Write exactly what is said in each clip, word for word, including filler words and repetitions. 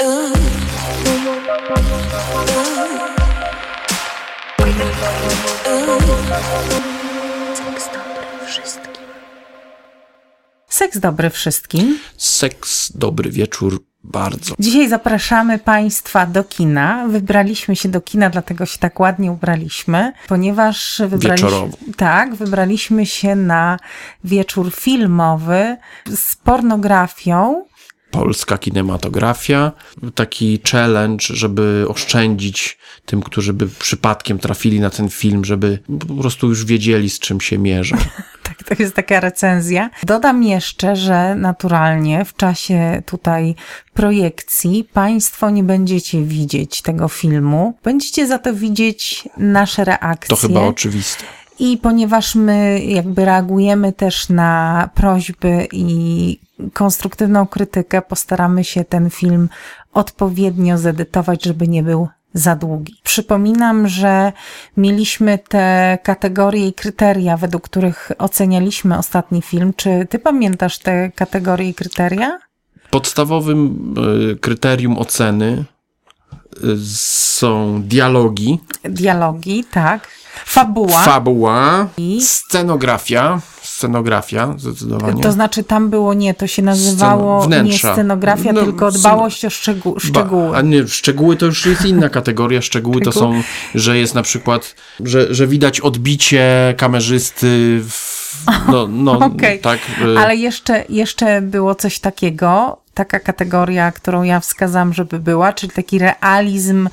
Seks dobry wszystkim. Seks dobry wieczór bardzo. Dzisiaj zapraszamy Państwa do kina. Wybraliśmy się do kina, dlatego się tak ładnie ubraliśmy, ponieważ wybraliśmy, Wieczorowo. tak, wybraliśmy się na wieczór filmowy z pornografią. Polska kinematografia. Taki challenge, żeby oszczędzić tym, którzy by przypadkiem trafili na ten film, żeby po prostu już wiedzieli, z czym się mierzą. Tak, to jest taka recenzja. Dodam jeszcze, że naturalnie w czasie tutaj projekcji Państwo nie będziecie widzieć tego filmu. Będziecie za to widzieć nasze reakcje. To chyba oczywiste. I ponieważ my jakby reagujemy też na prośby i konstruktywną krytykę, postaramy się ten film odpowiednio zedytować, żeby nie był za długi. Przypominam, że mieliśmy te kategorie i kryteria, według których ocenialiśmy ostatni film. Czy ty pamiętasz te kategorie i kryteria? Podstawowym y, kryterium oceny y, są dialogi. Dialogi, tak. Fabuła. Fabuła. I? Scenografia. Scenografia, zdecydowanie. To znaczy tam było nie, to się nazywało Scen- nie scenografia, no, tylko dbałość o szczegół- szczegóły. Ba, a nie, szczegóły to już jest inna kategoria. Szczegóły to są, że jest na przykład, że, że widać odbicie kamerzysty w, no, no okay. tak. Ale jeszcze, jeszcze było coś takiego, taka kategoria, którą ja wskazałam, żeby była, czyli taki realizm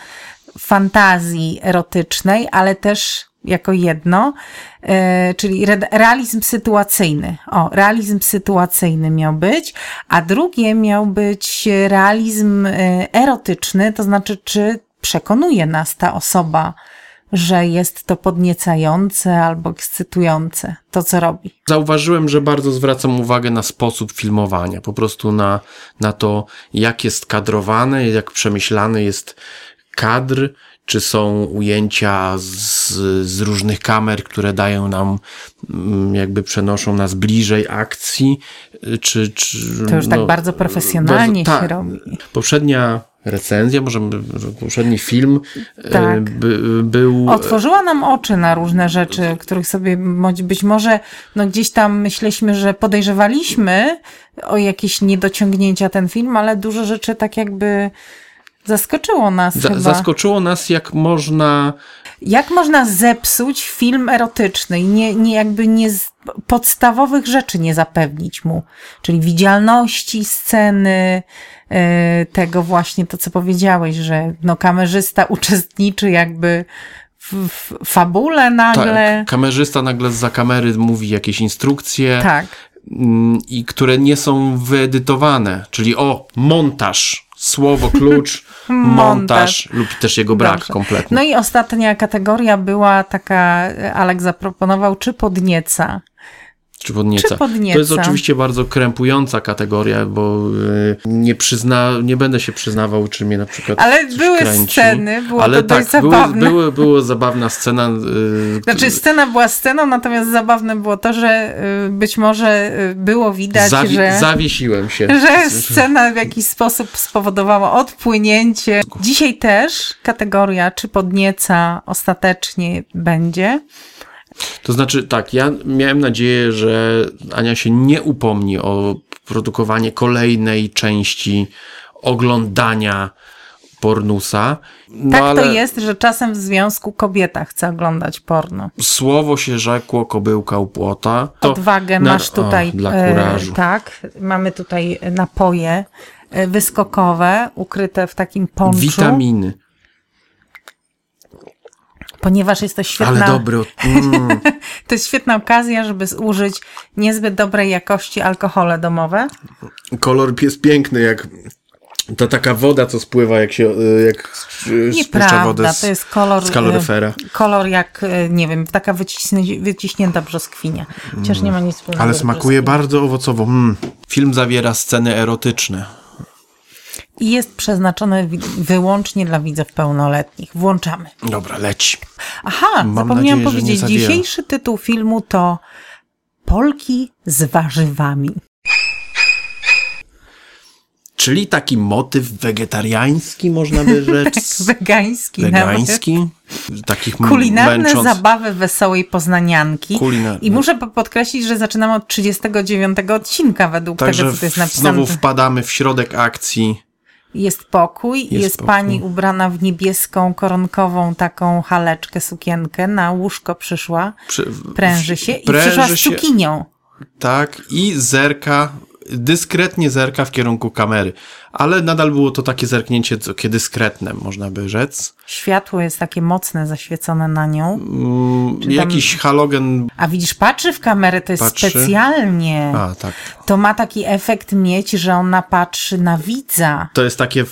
fantazji erotycznej, ale też jako jedno, e, czyli re, realizm sytuacyjny. O, realizm sytuacyjny miał być, a drugie miał być realizm e, erotyczny, to znaczy, czy przekonuje nas ta osoba, że jest to podniecające albo ekscytujące, to co robi. Zauważyłem, że bardzo zwracam uwagę na sposób filmowania, po prostu na, na to, jak jest kadrowane, jak przemyślany jest kadr, czy są ujęcia z, z różnych kamer, które dają nam, jakby przenoszą nas bliżej akcji, czy... czy to już no, tak bardzo profesjonalnie bardzo, się tak. robi. Poprzednia recenzja, może poprzedni film tak. by, był... Otworzyła nam oczy na różne rzeczy, których sobie być może no gdzieś tam myśleliśmy, że podejrzewaliśmy o jakieś niedociągnięcia ten film, ale dużo rzeczy tak jakby... Zaskoczyło nas Za, chyba. Zaskoczyło nas, jak można... Jak można zepsuć film erotyczny i nie, nie jakby nie z podstawowych rzeczy nie zapewnić mu. Czyli widzialności sceny, yy, tego właśnie to, co powiedziałeś, że no kamerzysta uczestniczy jakby w, w fabule nagle. Tak, kamerzysta nagle zza kamery mówi jakieś instrukcje. Tak. I które nie są wyedytowane. Czyli o, montaż. Słowo klucz, montaż, montaż lub też jego brak Dobrze. kompletny. No i ostatnia kategoria była taka, Alek zaproponował, czy podnieca. Czy podnieca. Czy podnieca. To jest oczywiście bardzo krępująca kategoria, bo y, nie przyzna, nie będę się przyznawał, czy mnie na przykład Ale były kręci. sceny, było Ale to tak, dość zabawne. Były, były, było zabawna scena. Y, znaczy scena była sceną, natomiast zabawne było to, że y, być może y, było widać, zawi- że... Zawiesiłem się. Że scena w jakiś sposób spowodowała odpłynięcie. Dzisiaj też kategoria, czy podnieca ostatecznie będzie. To znaczy tak, ja miałem nadzieję, że Ania się nie upomni o produkowanie kolejnej części oglądania pornusa. No tak ale to jest, że czasem w związku kobieta chce oglądać porno. Słowo się rzekło, kobyłka u płota. To Odwagę na, masz tutaj. O, dla kurażu. E, tak, mamy tutaj napoje e, wyskokowe, ukryte w takim ponczu. Witaminy. Ponieważ jest to świetna... Ale dobry. Mm. to jest świetna okazja, żeby zużyć niezbyt dobrej jakości alkohole domowe. Kolor jest piękny, jak ta taka woda, co spływa, jak się jak spuszcza wodę z, to jest kolor, z kaloryfera. Kolor jak, nie wiem, taka wyciśnięta, wyciśnięta brzoskwinia. Chociaż nie ma nic wspólnego. Ale smakuje bardzo owocowo. Mm. Film zawiera sceny erotyczne. I jest przeznaczony wyłącznie dla widzów pełnoletnich. Włączamy. Dobra, leci. Aha, Mam zapomniałam nadzieję, powiedzieć. Dzisiejszy tytuł filmu to Polki z warzywami. Czyli taki motyw wegetariański, można by rzec. Wegański. Wegański. Takich Kulinarne męcząc... zabawy wesołej poznanianki. Kulinarne. I muszę podkreślić, że zaczynamy od trzydziestego dziewiątego odcinka według Także tego, co tu jest napisane. Znowu wpadamy w środek akcji. Jest pokój, jest, jest pokój. Pani ubrana w niebieską, koronkową taką haleczkę, sukienkę, na łóżko przyszła, Przy, pręży się i pręży przyszła z się, cukinią. Tak, i zerka, dyskretnie zerka w kierunku kamery. Ale nadal było to takie zerknięcie, takie dyskretne, można by rzec. Światło jest takie mocne, zaświecone na nią. Mm, tam... Jakiś halogen. A widzisz, patrzy w kamerę, to jest patrzy. specjalnie. A, tak. To ma taki efekt mieć, że ona patrzy na widza. To jest takie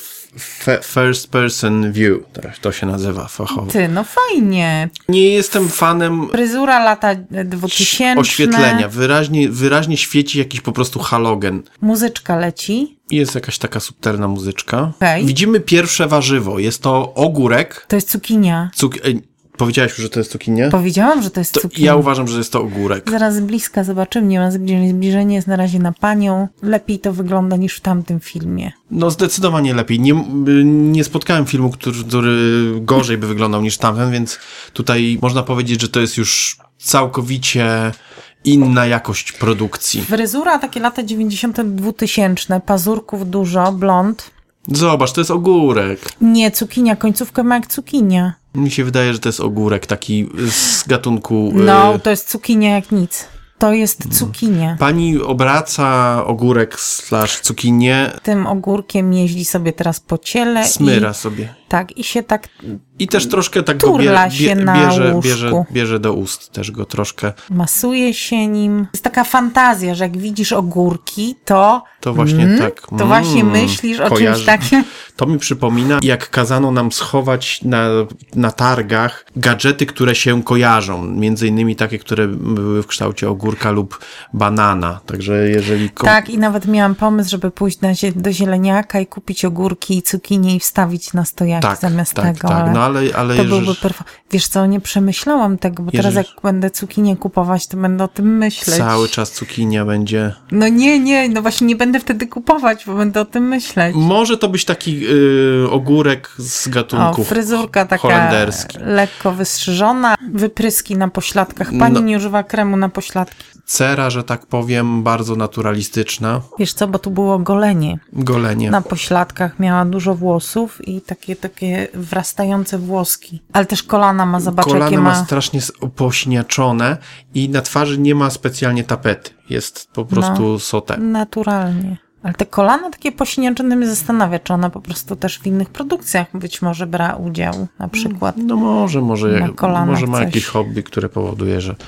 first person view, to się nazywa fachowo. Ty, no fajnie. Nie jestem fanem... Fryzura lata dwutysięczne. Oświetlenia. Wyraźnie, wyraźnie świeci jakiś po prostu halogen. Muzyczka leci. Jest jakaś taka subtelna muzyczka. Okay. Widzimy pierwsze warzywo. Jest to ogórek. To jest cukinia. Cuk... Powiedziałaś, że to jest cukinia? Powiedziałam, że to jest to cukinia. Ja uważam, że jest to ogórek. Zaraz z bliska zobaczymy, nie ma zbliżenia. Zbliżenie jest na razie na panią. Lepiej to wygląda niż w tamtym filmie. No zdecydowanie lepiej. Nie, nie spotkałem filmu, który, który gorzej by wyglądał niż tamten, więc tutaj można powiedzieć, że to jest już całkowicie inna jakość produkcji. Fryzura, takie lata dziewięćdziesiąte dwutysięczne, pazurków dużo, blond. Zobacz, to jest ogórek. Nie, cukinia, końcówkę ma jak cukinia. Mi się wydaje, że to jest ogórek taki z gatunku... No, to jest cukinia jak nic. To jest cukinia. Pani obraca ogórek slash cukinię. Tym ogórkiem jeździ sobie teraz po ciele. Smyra i, sobie. Tak, i się tak I też troszkę tak go bie, bie, się na bierze, łóżku. bierze, bierze do ust też go troszkę. Masuje się nim. To jest taka fantazja, że jak widzisz ogórki, to... To właśnie mm, tak. To mm, właśnie myślisz o kojarzy. czymś takim. To mi przypomina, jak kazano nam schować na, na targach gadżety, które się kojarzą. Między innymi takie, które były w kształcie ogórka lub banana. Także jeżeli... Ko- tak, i nawet miałam pomysł, żeby pójść na, do zieleniaka i kupić ogórki i cukinie i wstawić na stojaki tak, zamiast tak, tego. Tak, ale no ale, ale to jeżeli... byłby perfo- Wiesz co, nie przemyślałam tego, bo Jeżeli... teraz jak będę cukinię kupować, to będę o tym myśleć. Cały czas cukinia będzie... No nie, nie, no właśnie nie będę wtedy kupować, bo będę o tym myśleć. Może to być taki yy, ogórek z gatunków O, fryzurka taka holenderski. lekko wystrzyżona, wypryski na pośladkach. Pani no. nie używa kremu na pośladki. Cera, że tak powiem, bardzo naturalistyczna. Wiesz co, bo tu było golenie. Golenie. Na pośladkach miała dużo włosów i takie takie wrastające włoski. Ale też kolana ma, zobacz, Kolana jakie ma ma... strasznie pośniaczone i na twarzy nie ma specjalnie tapety. Jest po prostu no, sotę. Naturalnie. Ale te kolana takie pośniaczone mnie zastanawia, czy ona po prostu też w innych produkcjach być może brała udział, na przykład. No może, może, na kolanach może ma coś. jakieś hobby, które powoduje, że...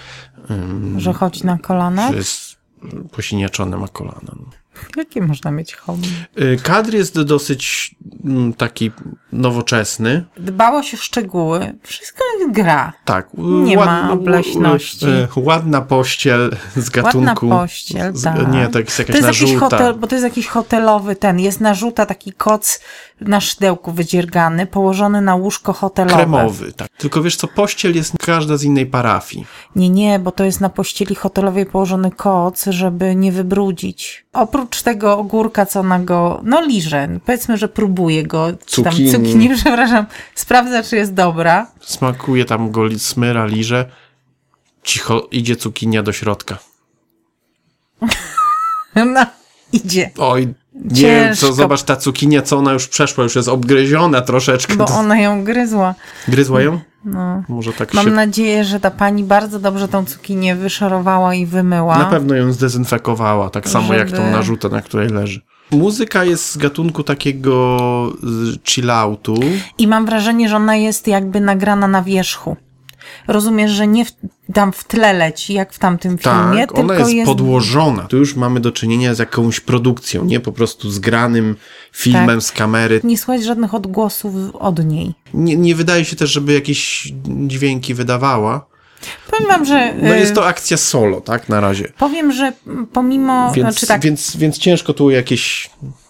Um, że chodzi na kolanach? Że jest posiniaczone ma kolana. Jakie można mieć hobby? Kadr jest dosyć m, taki nowoczesny. Dbało się o szczegóły. Wszystko gra. Tak. Nie ma obleśności. Ładna pościel z gatunku... Ładna pościel, z, tak. Nie, to jest jakaś to jest narzuta. jakiś hotel, bo to jest jakiś hotelowy ten. Jest narzuta, taki koc na szydełku wydziergany, położony na łóżko hotelowe. Kremowy, tak. Tylko wiesz co, pościel jest każda z innej parafii. Nie, nie, bo to jest na pościeli hotelowej położony koc, żeby nie wybrudzić. Oprócz tego ogórka, co ona go, no liże, powiedzmy, że próbuje go, czy tam Cukinii. cukinii, przepraszam, sprawdza, czy jest dobra. Smakuje tam go, smyra, liże. Cicho, idzie cukinia do środka. No, idzie. Oj, nie Ciężko. wiem, co, zobacz, ta cukinia, co ona już przeszła, już jest obgryziona troszeczkę. Bo ona ją gryzła. Gryzła ją? No. Może tak Mam się... nadzieję, że ta pani bardzo dobrze tą cukinię wyszorowała i wymyła. Na pewno ją zdezynfekowała, tak samo Żeby... jak tą narzutę, na której leży. Muzyka jest z gatunku takiego chilloutu. I mam wrażenie, że ona jest jakby nagrana na wierzchu. Rozumiesz, że nie w, tam w tle leci, jak w tamtym filmie, Tak, ona tylko jest, jest podłożona. Tu już mamy do czynienia z jakąś produkcją, nie po prostu zgranym filmem tak. z kamery. Nie słychać żadnych odgłosów od niej. Nie, nie wydaje się też, żeby jakieś dźwięki wydawała. Powiem wam, że... No jest to akcja solo, tak, na razie. Powiem, że pomimo... Więc, znaczy tak, więc, więc ciężko tu jakieś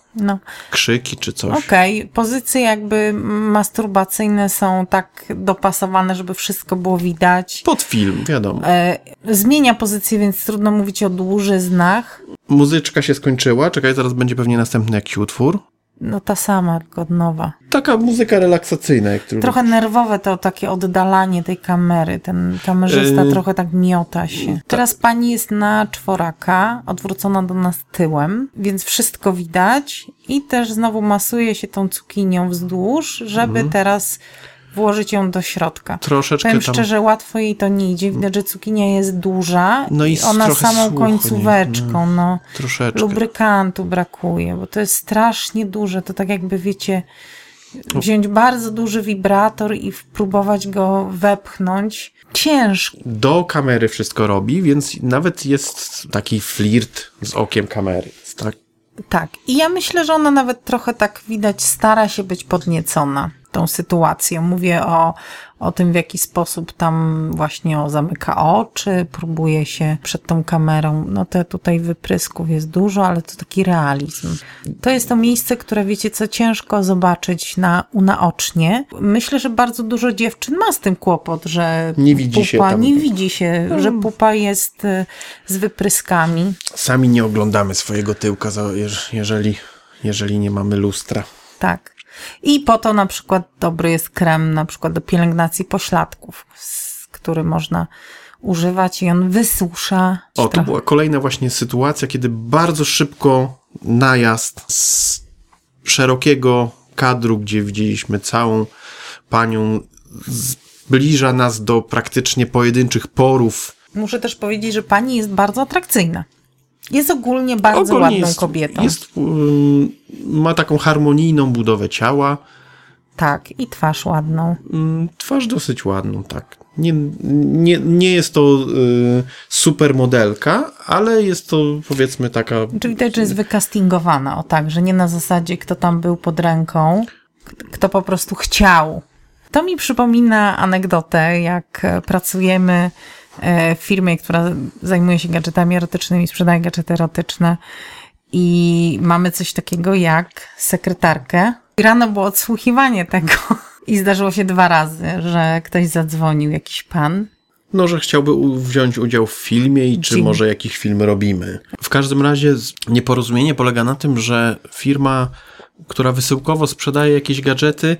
No. krzyki czy coś. Okej, okay. Pozycje jakby masturbacyjne są tak dopasowane, żeby wszystko było widać. Pod film, wiadomo. E, zmienia pozycję, więc trudno mówić o dłużyznach. Muzyczka się skończyła, czekaj, zaraz będzie pewnie następny jakiś utwór. No ta sama, tylko od nowa. Taka muzyka relaksacyjna. Jak trochę nerwowe to takie oddalanie tej kamery. Ten kamerzysta yy... trochę tak miota się. Ta... Teraz pani jest na czworaka, odwrócona do nas tyłem, więc wszystko widać i też znowu masuje się tą cukinią wzdłuż, żeby mhm. teraz włożyć ją do środka. Troszeczkę Powiem tam... szczerze, łatwo jej to nie idzie. Widać, że cukinia jest duża no i ona samą słuchu, końcóweczką. Nie? No, troszeczkę. Lubrykantu brakuje, bo to jest strasznie duże. To tak jakby, wiecie, wziąć bardzo duży wibrator i próbować go wepchnąć. Ciężko. Do kamery wszystko robi, więc nawet jest taki flirt z okiem kamery. Tak? Tak. I ja myślę, że ona nawet trochę tak widać stara się być podniecona tą sytuacją. Mówię o, o tym, w jaki sposób tam właśnie o, zamyka oczy, próbuje się przed tą kamerą. No to tutaj wyprysków jest dużo, ale to taki realizm. To jest to miejsce, które wiecie co, ciężko zobaczyć na, unaocznie. Myślę, że bardzo dużo dziewczyn ma z tym kłopot, że nie widzi pupa, się tam. nie widzi się, hmm. że pupa jest z wypryskami. Sami nie oglądamy swojego tyłka, jeżeli, jeżeli nie mamy lustra. Tak. I po to na przykład dobry jest krem na przykład do pielęgnacji pośladków, który można używać i on wysusza. O, to trochę. Była kolejna właśnie sytuacja, kiedy bardzo szybko najazd z szerokiego kadru, gdzie widzieliśmy całą panią, zbliża nas do praktycznie pojedynczych porów. Muszę też powiedzieć, że pani jest bardzo atrakcyjna. Jest ogólnie bardzo ogólnie ładną jest, kobietą. Jest, um, ma taką harmonijną budowę ciała. Tak, i twarz ładną. Um, twarz dosyć ładną, tak. Nie, nie, nie jest to y, super modelka, ale jest to, powiedzmy, taka... Czyli widać, że jest wykastingowana, o tak, że nie na zasadzie kto tam był pod ręką, kto po prostu chciał. To mi przypomina anegdotę, jak pracujemy w firmie, która zajmuje się gadżetami erotycznymi, sprzedaje gadżety erotyczne i mamy coś takiego jak sekretarkę. I rano było odsłuchiwanie tego i zdarzyło się dwa razy, że ktoś zadzwonił, jakiś pan. No, że chciałby u- wziąć udział w filmie i czy Dzień. może jakiś film robimy. W każdym razie nieporozumienie polega na tym, że firma, która wysyłkowo sprzedaje jakieś gadżety,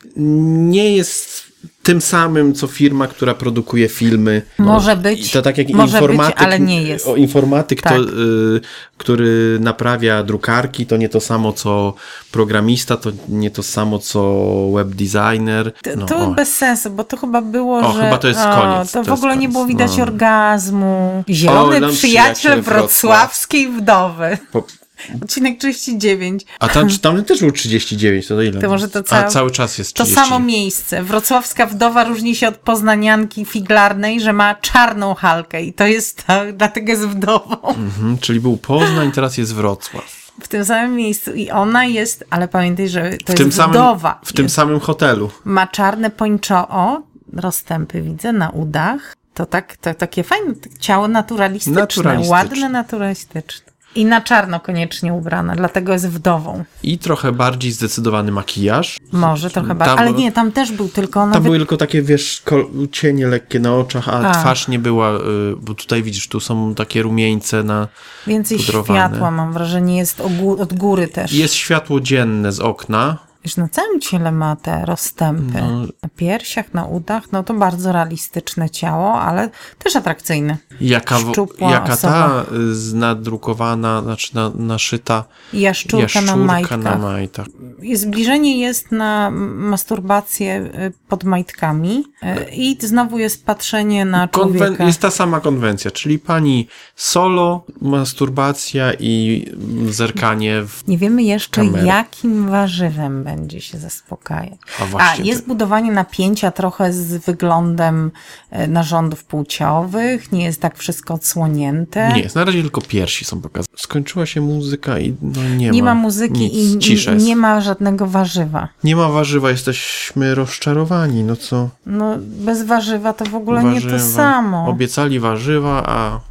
nie jest tym samym, co firma, która produkuje filmy. Może no, być, to tak jak może informatyk, być, ale nie jest. O, informatyk, tak. to, y, który naprawia drukarki, to nie to samo, co programista, to nie to samo, co webdesigner. No, to to bez sensu, bo to chyba było, o, że... chyba to jest o, koniec. To, to w ogóle koniec. nie było widać no. orgazmu. Zielony o, przyjaciel, przyjaciel wrocławskiej wdowy. Po... Odcinek trzydzieści dziewięć. A tam, tam też był trzydzieści dziewięć, to ile? To może to ca... A cały czas jest trzydzieści. To samo miejsce. Wrocławska wdowa różni się od poznanianki figlarnej, że ma czarną halkę i to jest to, dlatego jest wdową. Mhm, czyli był Poznań, teraz jest Wrocław. W tym samym miejscu i ona jest, ale pamiętaj, że to w jest tym samym, wdowa. W tym jest. samym hotelu. Ma czarne pończoo, rozstępy widzę na udach. To tak, to takie fajne ciało naturalistyczne, naturalistyczne. ładne, naturalistyczne. I na czarno koniecznie ubrana, dlatego jest wdową. I trochę bardziej zdecydowany makijaż. Może trochę bardziej, ale nie, tam też był tylko... Ona tam wy... były tylko takie, wiesz, cienie lekkie na oczach, a, a twarz nie była, bo tutaj widzisz, tu są takie rumieńce na Więcej pudrowane. Światła, mam wrażenie, jest od góry też. Jest światło dzienne z okna. Wiesz, na całym ciele ma te rozstępy. No. Na piersiach, na udach, no to bardzo realistyczne ciało, ale też atrakcyjne. Jaka, Szczupła jaka osoba. ta nadrukowana, znaczy na, naszyta jaszczurka, jaszczurka na majtkach. na majtach. Zbliżenie jest na masturbację pod majtkami i znowu jest patrzenie na człowieka. Konwen- jest ta sama konwencja, czyli pani solo, masturbacja i zerkanie w Nie wiemy jeszcze, kamerę. jakim warzywem będzie się zaspokajać. A, właśnie A jest ty... budowanie napięcia trochę z wyglądem narządów płciowych, nie jest tak wszystko odsłonięte. Nie jest, na razie tylko piersi są pokazane. Skończyła się muzyka i no nie, nie ma. ma muzyki nic. i Cisza nie ma żadnego warzywa. Nie ma warzywa, jesteśmy rozczarowani, no co? No bez warzywa to w ogóle warzywa. nie to samo. Obiecali warzywa, a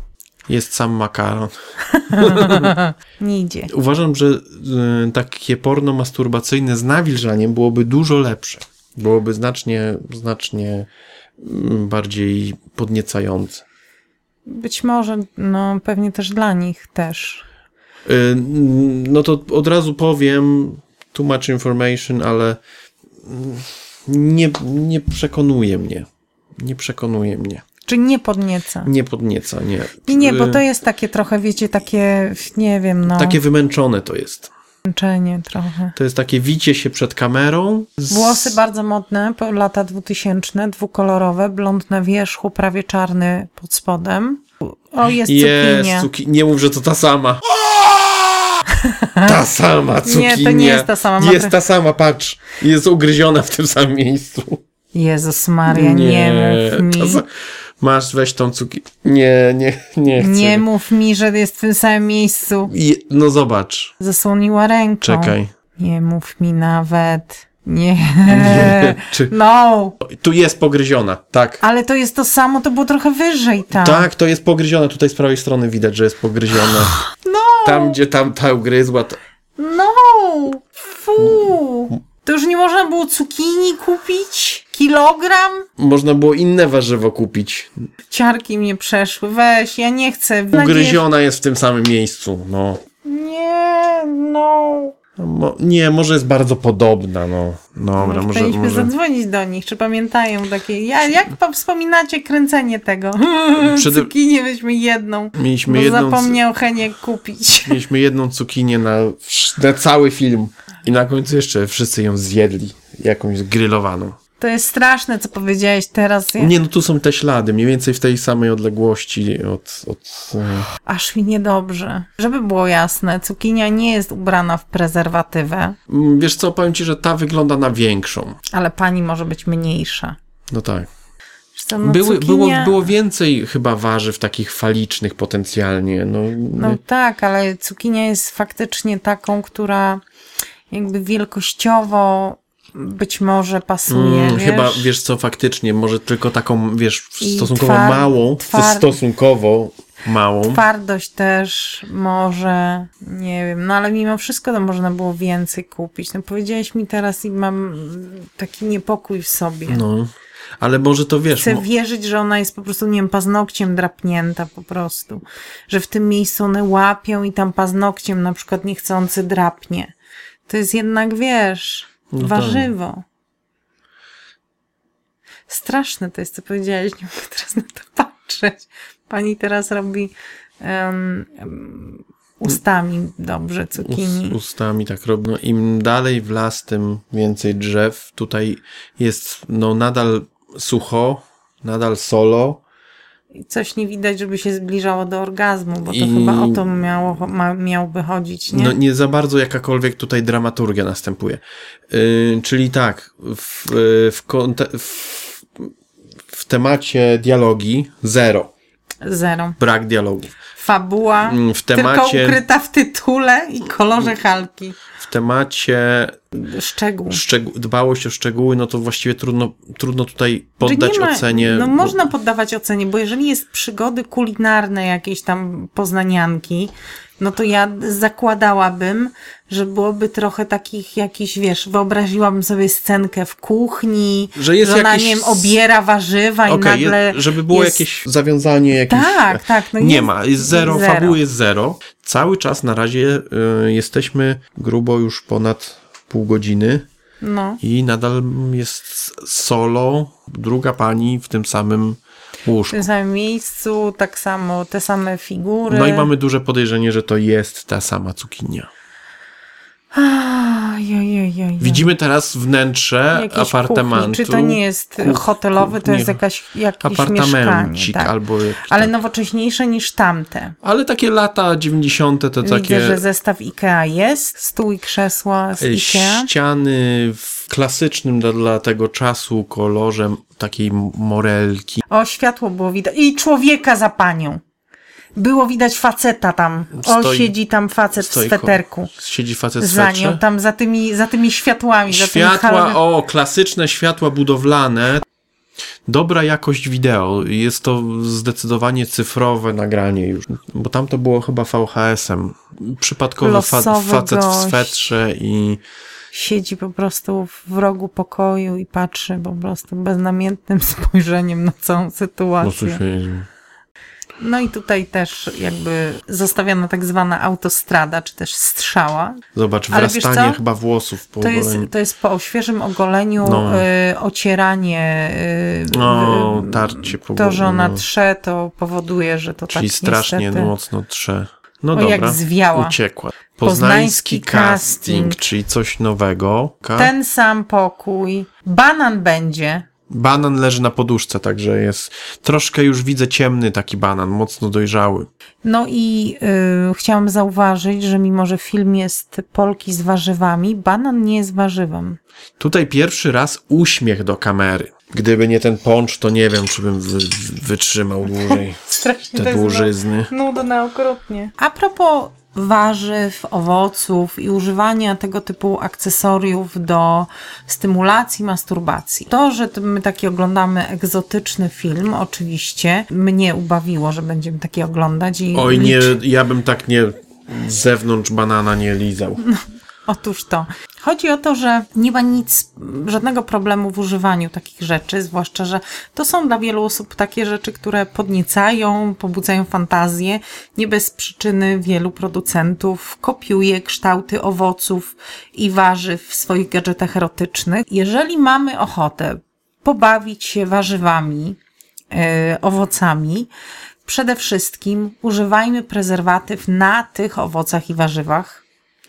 Jest sam makaron. Nie idzie. Uważam, że y, takie porno masturbacyjne z nawilżaniem byłoby dużo lepsze. Byłoby znacznie, znacznie y, bardziej podniecające. Być może, no pewnie też dla nich też. Y, no to od razu powiem, too much information, ale nie, nie przekonuje mnie. Nie przekonuje mnie. Czy nie podnieca? Nie podnieca, nie. I nie, bo to jest takie trochę, wiecie, takie, nie wiem, no... Takie wymęczone to jest. Męczenie trochę. To jest takie wicie się przed kamerą. Z... Włosy bardzo modne, po lata dwutysięczne, dwukolorowe, blond na wierzchu, prawie czarny pod spodem. O, jest cukinia. Jest cuki... Nie mów, że to ta sama. Ta sama cukinia. Nie, to nie jest ta sama. Jest ta sama, patrz. Jest ugryziona w tym samym miejscu. Jezus Maria, nie, nie mów mi. Sa... Masz, weź tą cukinię. Nie, nie, nie chcę. Nie mów mi, że jest w tym samym miejscu. Je... No zobacz. Zasłoniła ręką. Czekaj. Nie mów mi nawet. Nie. Nie. Czy... No. Tu jest pogryziona, tak. Ale to jest to samo, to było trochę wyżej tam. Tak, to jest pogryziona. Tutaj z prawej strony widać, że jest pogryziona. No. Tam, gdzie tamta ugryzła, to... No. Fu. To już nie można było cukinii kupić? Kilogram? Można było inne warzywo kupić. Ciarki mnie przeszły. Weź, ja nie chcę. Ugryziona jest w tym samym miejscu, no. Nie, no. Mo- nie, może jest bardzo podobna, no. Dobra, może... Powinniśmy może... zadzwonić do nich, czy pamiętają takie... Ja, jak wspominacie kręcenie tego? Przede... Cukinię weźmy jedną, Mieliśmy bo jedną... zapomniał Heniek kupić. Mieliśmy jedną cukinię na, na cały film. I na końcu jeszcze wszyscy ją zjedli. Jakąś grillowaną. To jest straszne, co powiedziałeś teraz. Ja... Nie, no tu są te ślady, mniej więcej w tej samej odległości od... od... Aż mi niedobrze. Żeby było jasne, cukinia nie jest ubrana w prezerwatywę. Wiesz co, powiem ci, że ta wygląda na większą. Ale pani może być mniejsza. No tak. Co, no, Były, cukinia... było, było więcej chyba warzyw takich falicznych potencjalnie. No, no tak, ale cukinia jest faktycznie taką, która jakby wielkościowo być może pasuje, mm, wiesz? Chyba, wiesz co, faktycznie, może tylko taką, wiesz, I stosunkowo twar- małą, twar- stosunkowo małą. Twardość też może, nie wiem, no ale mimo wszystko to można było więcej kupić. No powiedziałeś mi teraz i mam taki niepokój w sobie. No, ale może to wiesz... Chcę mo- wierzyć, że ona jest po prostu, nie wiem, paznokciem drapnięta po prostu. Że w tym miejscu one łapią i tam paznokciem na przykład niechcący drapnie. To jest jednak, wiesz, no warzywo. Tak. Straszne to jest, co powiedziałeś. Nie mogę teraz na to patrzeć. Pani teraz robi um, um, ustami dobrze cukinii. Ust, ustami tak robią. No, im dalej w las, tym więcej drzew. Tutaj jest no nadal sucho, nadal solo. I coś nie widać, żeby się zbliżało do orgazmu, bo to I... chyba o to miało, ma, miałby chodzić, nie? No nie za bardzo jakakolwiek tutaj dramaturgia następuje. Yy, czyli tak, w, w, konte- w, w temacie dialogi zero. Zero. Brak dialogów. Fabuła, w temacie, tylko ukryta w tytule i kolorze Halki. W temacie Szczegół. szczegół, dbałość o szczegóły, no to właściwie trudno, trudno tutaj poddać ma, ocenie. No bo... można poddawać ocenie, bo jeżeli jest przygody kulinarne, jakieś tam poznanianki, no to ja zakładałabym, że byłoby trochę takich jakichś, wiesz, wyobraziłabym sobie scenkę w kuchni, że, jest że ona, jakieś... nie wiem, obiera warzywa okay, i nagle je, żeby było jest... jakieś zawiązanie, jakieś... Tak, tak. No nie jest... ma, jest zero, zero. fabuły jest zero. Cały czas na razie y, jesteśmy grubo już ponad pół godziny. No. I nadal jest solo, druga pani w tym samym łóżku. W tym samym miejscu, tak samo, te same figury. No i mamy duże podejrzenie, że to jest ta sama cukinia. Ojojojoj. Widzimy teraz wnętrze Jakiejś apartamentu. Kuchni. Czy to nie jest Kuch, hotelowy, to nie. jest jakaś, jakieś apartamencik mieszkanie. Tak. albo jakiś Ale tak. nowocześniejsze niż tamte. Ale takie lata dziewięćdziesiąte to Widzę, takie... że zestaw Ikea jest, stół i krzesła z Ikea. Ściany w klasycznym dla, dla tego czasu kolorze takiej morelki. O, światło było widać. I człowieka za panią. Było widać faceta tam. O, Stoi, siedzi tam facet w sweterku. Siedzi facet w Za swetrze. nią, tam za tymi, za tymi światłami. Światła, za tymi halo... o, klasyczne światła budowlane. dobra jakość wideo. Jest to zdecydowanie cyfrowe nagranie już, bo tam to było chyba V H S-em. Przypadkowy fa- facet gość. w swetrze i... Siedzi po prostu w rogu pokoju i patrzy po prostu beznamiętnym spojrzeniem na całą sytuację. No, no i tutaj też jakby zostawiana tak zwana autostrada, czy też strzała. Zobacz, wrastanie chyba włosów po to ogoleniu. Jest, to jest po świeżym ogoleniu no. y, ocieranie. Y, no, tarcie po To, że ona no. trze, to powoduje, że to Czyli tak strasznie niestety... mocno trze. No o, dobra, jak zwiała. uciekła. Poznański, Poznański casting, casting, czyli coś nowego. Ka? Ten sam pokój. Banan będzie. Banan leży na poduszce, także jest troszkę już widzę ciemny taki banan, mocno dojrzały. No i yy, chciałam zauważyć, że mimo, że film jest Polki z warzywami, banan nie jest warzywem. Tutaj pierwszy raz uśmiech do kamery. Gdyby nie ten poncz, to nie wiem, czy bym wy, wytrzymał dłużej te dłużyzny. Nudne okrutnie. A propos warzyw, owoców i używania tego typu akcesoriów do stymulacji, masturbacji. To, że my taki oglądamy egzotyczny film, oczywiście mnie ubawiło, że będziemy taki oglądać. I Oj, nie, licz... ja bym tak nie z zewnątrz banana nie lizał. No. Otóż to. Chodzi o to, że nie ma nic, żadnego problemu w używaniu takich rzeczy, zwłaszcza, że to są dla wielu osób takie rzeczy, które podniecają, pobudzają fantazję. Nie bez przyczyny wielu producentów kopiuje kształty owoców i warzyw w swoich gadżetach erotycznych. Jeżeli mamy ochotę pobawić się warzywami, yy, owocami, przede wszystkim używajmy prezerwatyw na tych owocach i warzywach.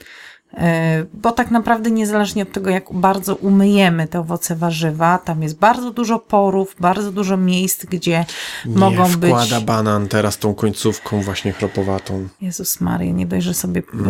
Bo tak naprawdę niezależnie od tego, jak bardzo umyjemy te owoce, warzywa, tam jest bardzo dużo porów, bardzo dużo miejsc, gdzie nie mogą być... Nie wkłada banan teraz tą końcówką właśnie chropowatą. Jezus Maria, nie dość, że sobie no.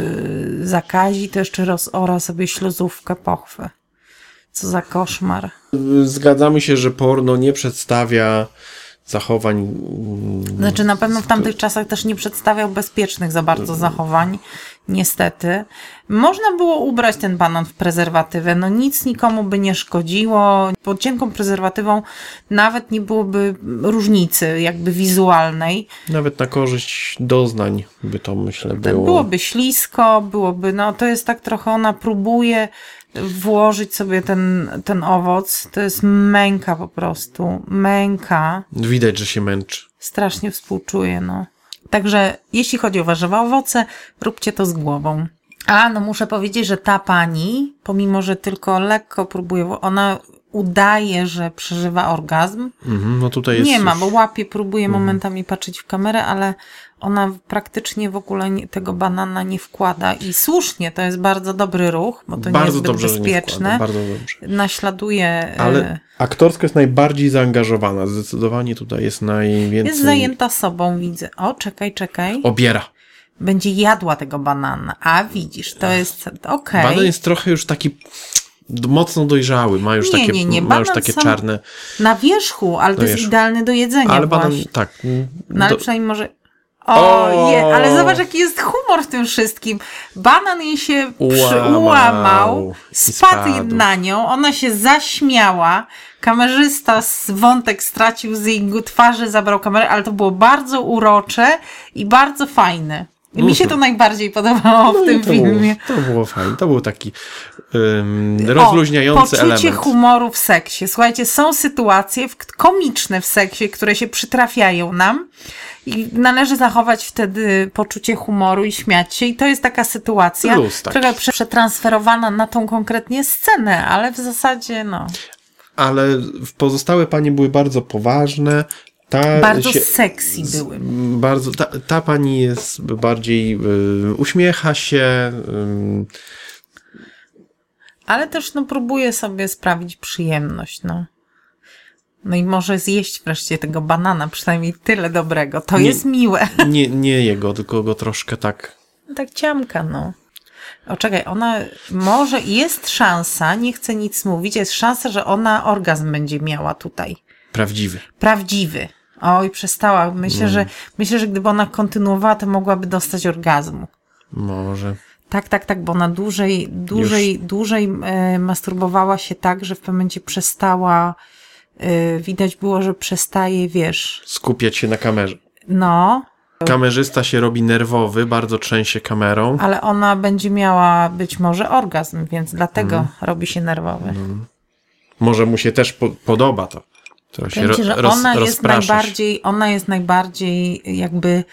zakazi, to jeszcze rozora sobie śluzówkę pochwy. Co za koszmar. Zgadzamy się, że porno nie przedstawia zachowań... Znaczy na pewno w tamtych czasach też nie przedstawiał bezpiecznych za bardzo zachowań, niestety. Można było ubrać ten banan w prezerwatywę, no nic nikomu by nie szkodziło. Pod cienką prezerwatywą nawet nie byłoby różnicy jakby wizualnej. Nawet na korzyść doznań by to, myślę, było. Byłoby ślisko, byłoby, no to jest tak trochę, ona próbuje włożyć sobie ten, ten owoc. To jest męka po prostu. Męka. Widać, że się męczy. Strasznie współczuję, no. Także jeśli chodzi o warzywa, owoce, róbcie to z głową. A, no muszę powiedzieć, że ta pani, pomimo, że tylko lekko próbuje, ona udaje, że przeżywa orgazm. Mhm, no tutaj jest nie ma, już... bo łapie, próbuje mhm. momentami patrzeć w kamerę, ale ona praktycznie w ogóle nie, tego banana nie wkłada i słusznie, to jest bardzo dobry ruch, bo to bardzo nie jest zbyt dobrze, bezpieczne. Że nie wkłada, bardzo dobrze. Naśladuje... Ale aktorsko jest najbardziej zaangażowana, zdecydowanie tutaj jest najwięcej... Jest zajęta sobą, widzę. O, czekaj, czekaj. Obiera. Będzie jadła tego banana. A widzisz, to jest okej. Okay. Banan jest trochę już taki mocno dojrzały, ma już nie, takie, nie, nie. ma już takie czarne... Na wierzchu, ale to jest idealny do jedzenia. Ale banan, właśnie. tak. No ale do... przynajmniej może... O, o je, ale zobacz, jaki jest humor w tym wszystkim. Banan jej się przyłamał, ułamał, spadł, spadł na nią, ona się zaśmiała, kamerzysta z wątek stracił z jej twarzy, zabrał kamerę, ale to było bardzo urocze i bardzo fajne. I mi się to najbardziej podobało no w tym to filmie. Było, to było fajne, to był taki um, rozluźniający o, poczucie element. Poczucie humoru w seksie. Słuchajcie, są sytuacje komiczne w seksie, które się przytrafiają nam i należy zachować wtedy poczucie humoru i śmiać się. I to jest taka sytuacja, Plus, tak. trochę przetransferowana na tą konkretnie scenę, ale w zasadzie no... Ale pozostałe panie były bardzo poważne. Ta bardzo się, sexy były. Bardzo, ta, ta pani jest bardziej, y, uśmiecha się. Y. Ale też no, próbuje sobie sprawić przyjemność. No. no i może zjeść wreszcie tego banana, przynajmniej tyle dobrego. To nie, jest miłe. Nie, nie jego, tylko go troszkę tak... Tak ciamka, no. O, czekaj, ona może, jest szansa, nie chcę nic mówić, jest szansa, że ona orgazm będzie miała tutaj. Prawdziwy. Prawdziwy. Oj, przestała. Myślę, mm. że myślę, że gdyby ona kontynuowała, to mogłaby dostać orgazmu. Może. Tak, tak, tak, bo ona dłużej, dłużej, Już. dłużej e, masturbowała się tak, że w pewnym momencie przestała yy, widać było, że przestaje, wiesz... Skupiać się na kamerze. No. Kamerzysta się robi nerwowy, bardzo trzęsie kamerą. Ale ona będzie miała być może orgazm, więc dlatego mm. robi się nerwowy. Mm. Może mu się też po- podoba to. To się Będzie, że roz, ona jest rozprasza najbardziej, ona jest najbardziej jakby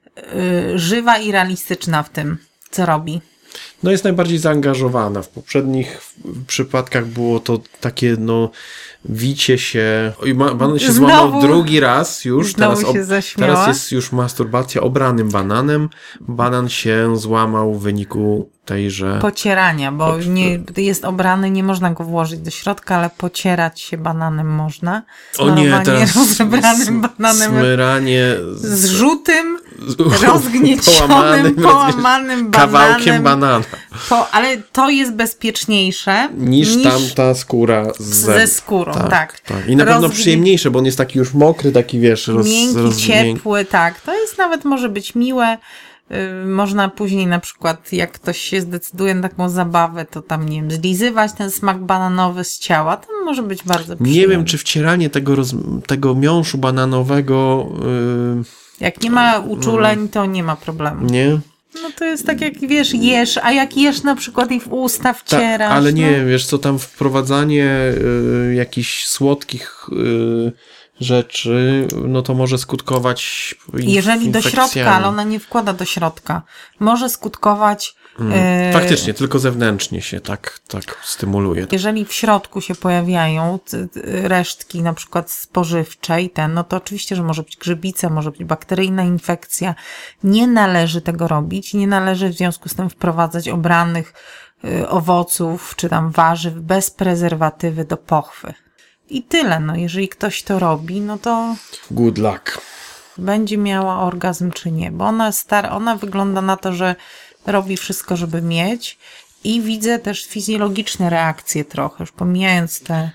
yy, żywa i realistyczna w tym, co robi. No jest najbardziej zaangażowana. W poprzednich przypadkach było to takie, no, wicie się... Oj, banan się Znowu, złamał drugi raz już. Teraz, ob, się teraz jest już masturbacja obranym bananem. Banan się złamał w wyniku tejże... Pocierania, bo nie, gdy jest obrany, nie można go włożyć do środka, ale pocierać się bananem można. O nie, teraz rozebranym bananem. Smyranie... Z żółtym, rozgniecionym, połamanym, połamanym bananem. Kawałkiem banana. Po, ale to jest bezpieczniejsze niż, niż tamta skóra z ze skórą, tak. tak. tak. I na pewno Rozgnie... przyjemniejsze, bo on jest taki już mokry, taki wiesz, roz, miękki, roz... ciepły, tak. To jest nawet może być miłe. Yy, można później na przykład, jak ktoś się zdecyduje na taką zabawę, to tam, nie wiem, zlizywać ten smak bananowy z ciała. To może być bardzo przyjemne. Nie wiem, czy wcieranie tego, roz... tego miąższu bananowego... Yy... Jak nie ma uczuleń, to nie ma problemu. Nie? No to jest tak, jak wiesz, jesz, a jak jesz na przykład i w usta wcierasz. Ta, ale nie, no. wiesz co, tam wprowadzanie y, jakichś słodkich y, rzeczy, no to może skutkować inf- Jeżeli do środka, ale ona nie wkłada do środka, może skutkować... Mm. Y... Faktycznie, tylko zewnętrznie się tak, tak stymuluje. Jeżeli w środku się pojawiają t- t- resztki na przykład spożywczej, ten, no to oczywiście, że może być grzybica, może być bakteryjna infekcja. Nie należy tego robić, nie należy w związku z tym wprowadzać obranych y, owoców czy tam warzyw bez prezerwatywy do pochwy. I tyle, no jeżeli ktoś to robi, no to... Good luck. Będzie miała orgazm czy nie, bo ona star- ona wygląda na to, że robi wszystko, żeby mieć i widzę też fizjologiczne reakcje trochę, już pomijając te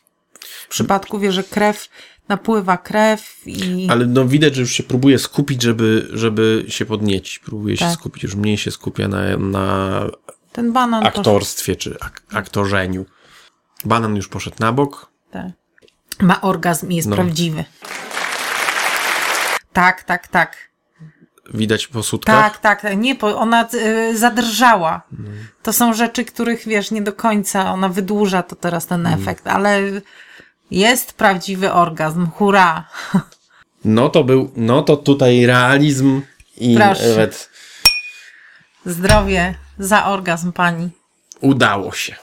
w przypadku, wie, że krew, napływa krew i... Ale no widać, że już się próbuje skupić, żeby, żeby się podniecić. Próbuje tak. się skupić, już mniej się skupia na, na Ten banan aktorstwie poszedł. czy ak- aktorzeniu. Banan już poszedł na bok. Tak. Ma orgazm i jest no. prawdziwy. Tak, tak, tak. Widać po sutkach? Tak, tak. Nie, ona y, zadrżała. Hmm. To są rzeczy, których, wiesz, nie do końca ona wydłuża to teraz ten hmm. efekt, ale jest prawdziwy orgazm. Hurra! No to był, no to tutaj realizm i nawet... Zdrowie za orgazm pani. Udało się.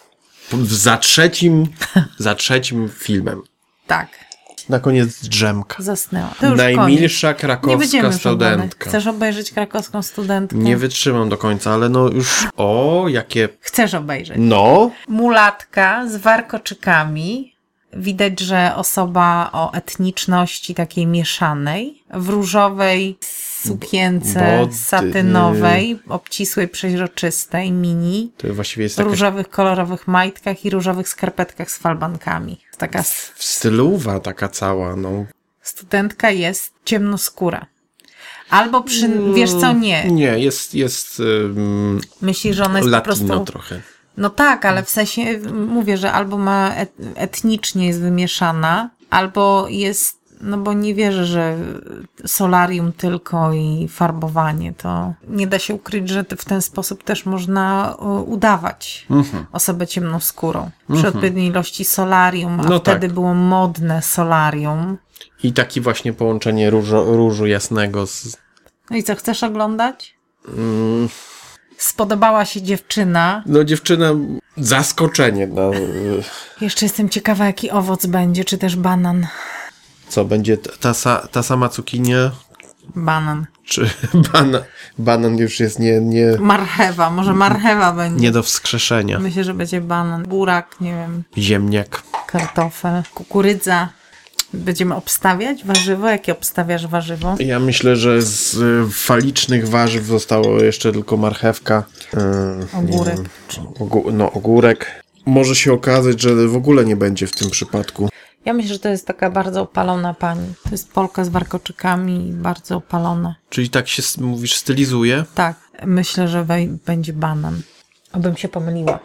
Za trzecim, za trzecim filmem. Tak. Na koniec drzemka. Zasnęła. To już Najmilsza koniec. krakowska studentka. Chcesz obejrzeć krakowską studentkę? Nie wytrzymam do końca, ale no już... O, jakie... Chcesz obejrzeć. No. Mulatka z warkoczykami. Widać, że osoba o etniczności takiej mieszanej, w różowej sukience Bod... satynowej, obcisłej, przeźroczystej, mini, to właściwie jest taka... różowych, kolorowych majtkach i różowych skarpetkach z falbankami. Taka stylowa taka cała, no. Studentka jest ciemnoskóra. Albo przy... Mm, wiesz co, nie. Nie, jest... jest um, Myślisz, że ona jest latino po prostu... trochę. No tak, ale w sensie mówię, że albo ma et, etnicznie jest wymieszana, albo jest, no bo nie wierzę, że solarium tylko i farbowanie, to nie da się ukryć, że w ten sposób też można udawać mhm. osobę ciemnoskórą. Przy mhm. odpowiedniej ilości solarium, a no wtedy tak. było modne solarium. I takie właśnie połączenie różu, różu jasnego z... No i co, chcesz oglądać? Mm. Spodobała się dziewczyna. No dziewczyna, zaskoczenie. No. Jeszcze jestem ciekawa, jaki owoc będzie, czy też banan. Co, będzie ta, ta, ta sama cukinia? Banan. Czy bana, banan już jest nie, nie... Marchewa, może marchewa będzie. Nie do wskrzeszenia. Myślę, że będzie banan. Burak, nie wiem. Ziemniak. Kartofel, kukurydza. Będziemy obstawiać warzywo? Jakie obstawiasz warzywo? Ja myślę, że z falicznych warzyw zostało jeszcze tylko marchewka. Yy, ogórek. Ogó- no ogórek. Może się okazać, że w ogóle nie będzie w tym przypadku. Ja myślę, że to jest taka bardzo opalona pani. To jest Polka z warkoczykami i bardzo opalona. Czyli tak się, mówisz, stylizuje? Tak. Myślę, że wej- będzie banan. Obym się pomyliła.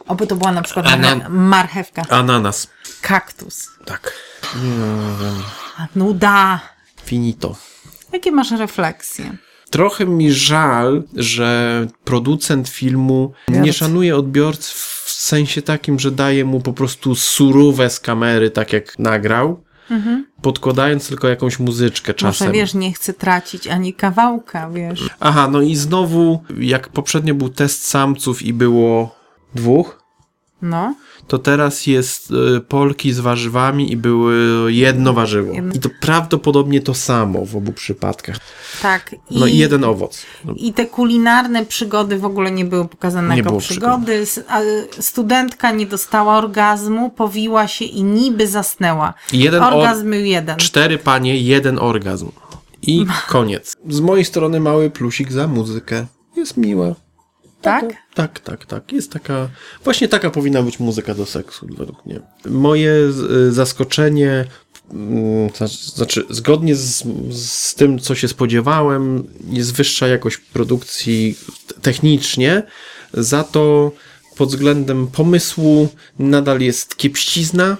Oby to była na przykład Anan- marchewka. Ananas. Kaktus. Tak. Nie, Nuda. finito. Jakie masz refleksje? Trochę mi żal, że producent filmu Odbiorcy. nie szanuje odbiorcy w sensie takim, że daje mu po prostu surówę z kamery, tak jak nagrał, mhm. podkładając tylko jakąś muzyczkę czasem. Może wiesz, nie chcę tracić ani kawałka, wiesz. Aha, no i znowu, jak poprzednio był test samców i było dwóch, No. to teraz jest y, Polki z warzywami i były jedno warzywo. Jedno. I to prawdopodobnie to samo w obu przypadkach. Tak. No i jeden owoc. No, I te kulinarne przygody w ogóle nie były pokazane Nie jako było przygody. S- a studentka nie dostała orgazmu, powiła się i niby zasnęła. jeden Orgazm był jeden. Cztery panie, jeden orgazm. I koniec. Z mojej strony mały plusik za muzykę. Jest miła. Tak? Tak, tak, tak. Jest taka... Właśnie taka powinna być muzyka do seksu, według mnie. Moje z- zaskoczenie... mm, to Znaczy, zgodnie z, z tym, co się spodziewałem, jest wyższa jakość produkcji technicznie. Za to pod względem pomysłu nadal jest kiepścizna.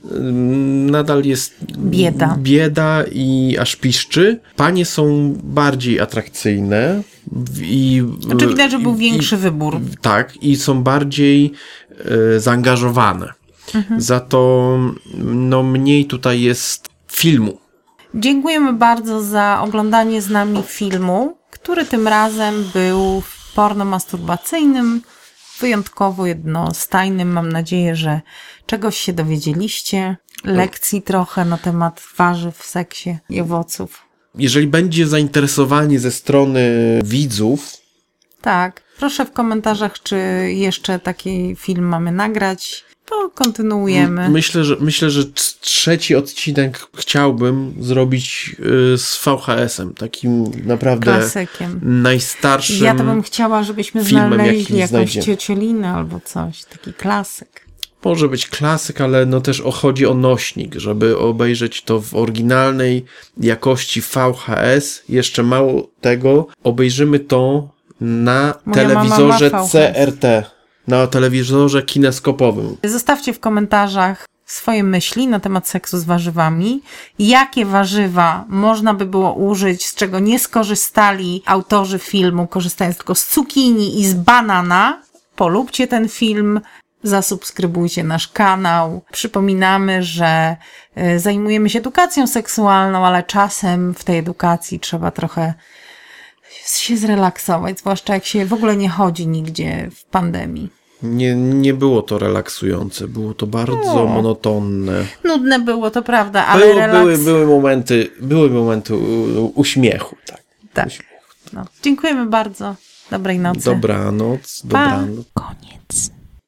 Nadal jest Bieda. bieda i aż piszczy. Panie są bardziej atrakcyjne i Znaczy widać, że był i- większy wybór. tak, i są bardziej e, zaangażowane. Mhm. Za to no, mniej tutaj jest filmu. Dziękujemy bardzo za oglądanie z nami filmu, który tym razem był porno-masturbacyjnym, wyjątkowo jednostajnym. Mam nadzieję, że czegoś się dowiedzieliście. Lekcji trochę na temat warzyw w seksie i owoców. Jeżeli będzie zainteresowanie ze strony widzów, Tak, proszę w komentarzach, czy jeszcze taki film mamy nagrać. To kontynuujemy. myślę, że myślę, że c- trzeci odcinek chciałbym zrobić y, z V H S-em, takim naprawdę Klasykiem. najstarszym. Ja to bym chciała, żebyśmy filmem, znaleźli jaki jakąś znajdziemy. ciociolinę albo coś. Taki klasyk. Może być klasyk, ale no też o, chodzi o nośnik, żeby obejrzeć to w oryginalnej jakości V H S. Jeszcze mało tego, obejrzymy to na Moja mama telewizorze ma V H S. C R T, na telewizorze kineskopowym. Zostawcie w komentarzach swoje myśli na temat seksu z warzywami. Jakie warzywa można by było użyć, z czego nie skorzystali autorzy filmu, korzystając tylko z cukinii i z banana. Polubcie ten film, zasubskrybujcie nasz kanał. Przypominamy, że y, zajmujemy się edukacją seksualną, ale czasem w tej edukacji trzeba trochę się zrelaksować, zwłaszcza jak się w ogóle nie chodzi nigdzie w pandemii. Nie, nie było to relaksujące, było to bardzo No. monotonne. Nudne było, to prawda, ale Było, relaks... były, były momenty, były momenty u- uśmiechu, tak. Tak. Uśmiechu. No. Dziękujemy bardzo. Dobrej nocy. Dobranoc, Pa. dobranoc. Koniec.